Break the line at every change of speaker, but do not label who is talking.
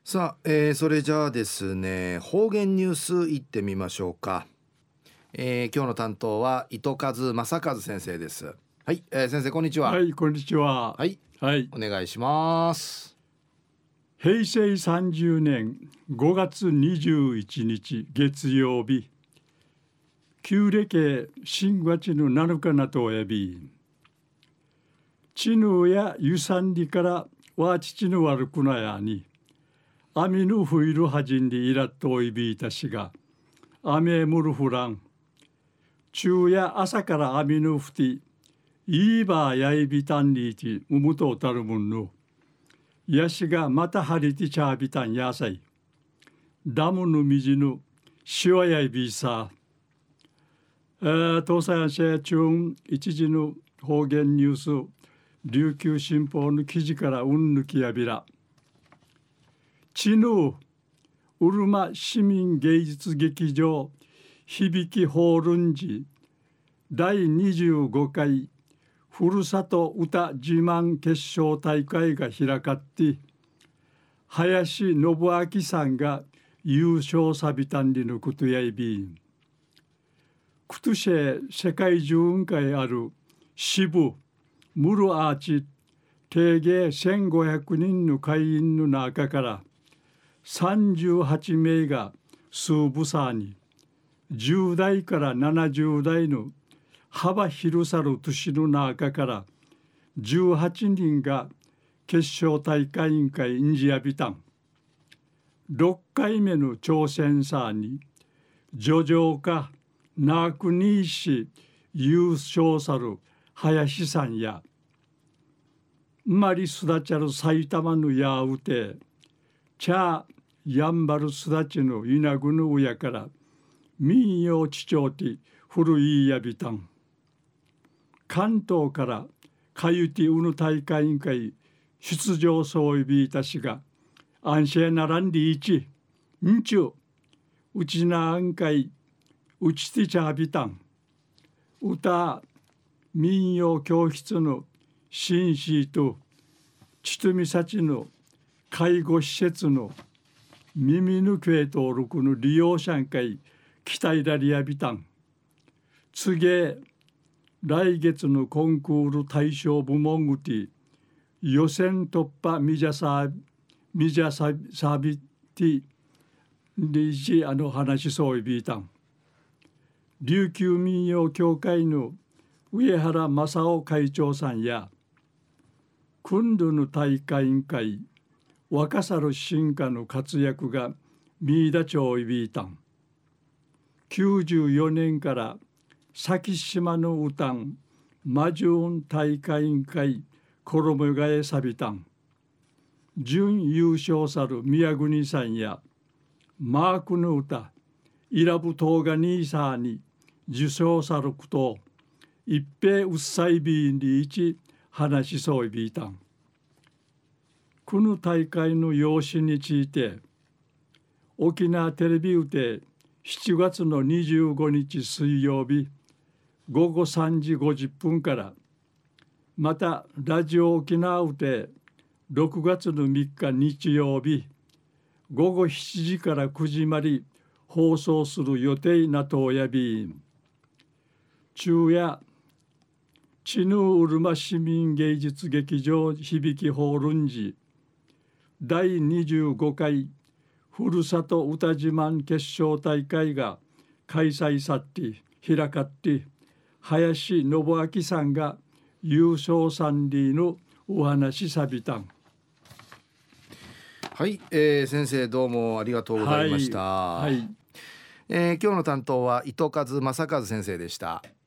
さあ、それじゃあですね、方言ニュースいってみましょうか。今日の担当は糸数正和先生です。はい、先生こんにちは。
はい、こんにちは。
はい、
はい、
お願いします。
平成30年5月21日月曜日、旧暦新月の7日なとやび、地ぬやゆさんりからわちちぬ悪くなやに、雨のふいるはじんでいらっといびいたしが、雨むるふらん、昼夜朝から雨のふて、いいばやいびたんりいちうむとたるもんの、やしがまたはりてちゃびたんやさい。ダムの水のしわやいびさ。東西安社中一時の方言ニュース、琉球新報の記事からうんぬきやびら。ちぬうるま市民芸術劇場響きホールンジ第25回ふるさと歌自慢決勝大会が開かって林信明さんが優勝さびたんりのことやいびんくとし世界中運会ある支部ムルアーチ定芸1500人の会員の中から38名が数部さに10代から70代の幅広さる年の中から18人が決勝大会委員会インジアビタン6回目の挑戦さに叙情家ナークニーシ優勝さる林さんや生まり育ちゃる埼玉のやうてチャーやんばる育ちのいなぐの親から民謡地長て古いやびたん関東からかゆてうぬ大会委員会出場総意びいたしが安心ならんりいちんちゅうちなあんかいうちてちゃびたん歌民謡教室の紳士とちとみさちの介護施設の耳ぬけ登録の利用者んかい期待だりやびたん次来月のコンクール対象部門ぐて予選突破みじゃさびてでし話そういびいたん琉球民謡協会の上原正夫会長さんや訓度の大会委員会若さる進化の活躍が見出ちょいびいたん94年から先島の歌んマジュン大会委員会衣替えさびたん準優勝さる宮国さんやマークの歌イラブトーガニーサーに受賞さること一平うっさいびんにいち話しそういびいたんこの大会の用紙について沖縄テレビうて7月の25日水曜日午後3時50分からまたラジオ沖縄うて6月の3日日曜日午後7時から9時まで放送する予定なとやびん昼夜チヌウルマ市民芸術劇場響きホールンジ第25回ふるさと歌自慢決勝大会が開催さって開かって林信明さんが優勝三里のお話さびたん
はい、先生どうもありがとうございました。
はい、はい
今日の担当は糸数正和先生でした。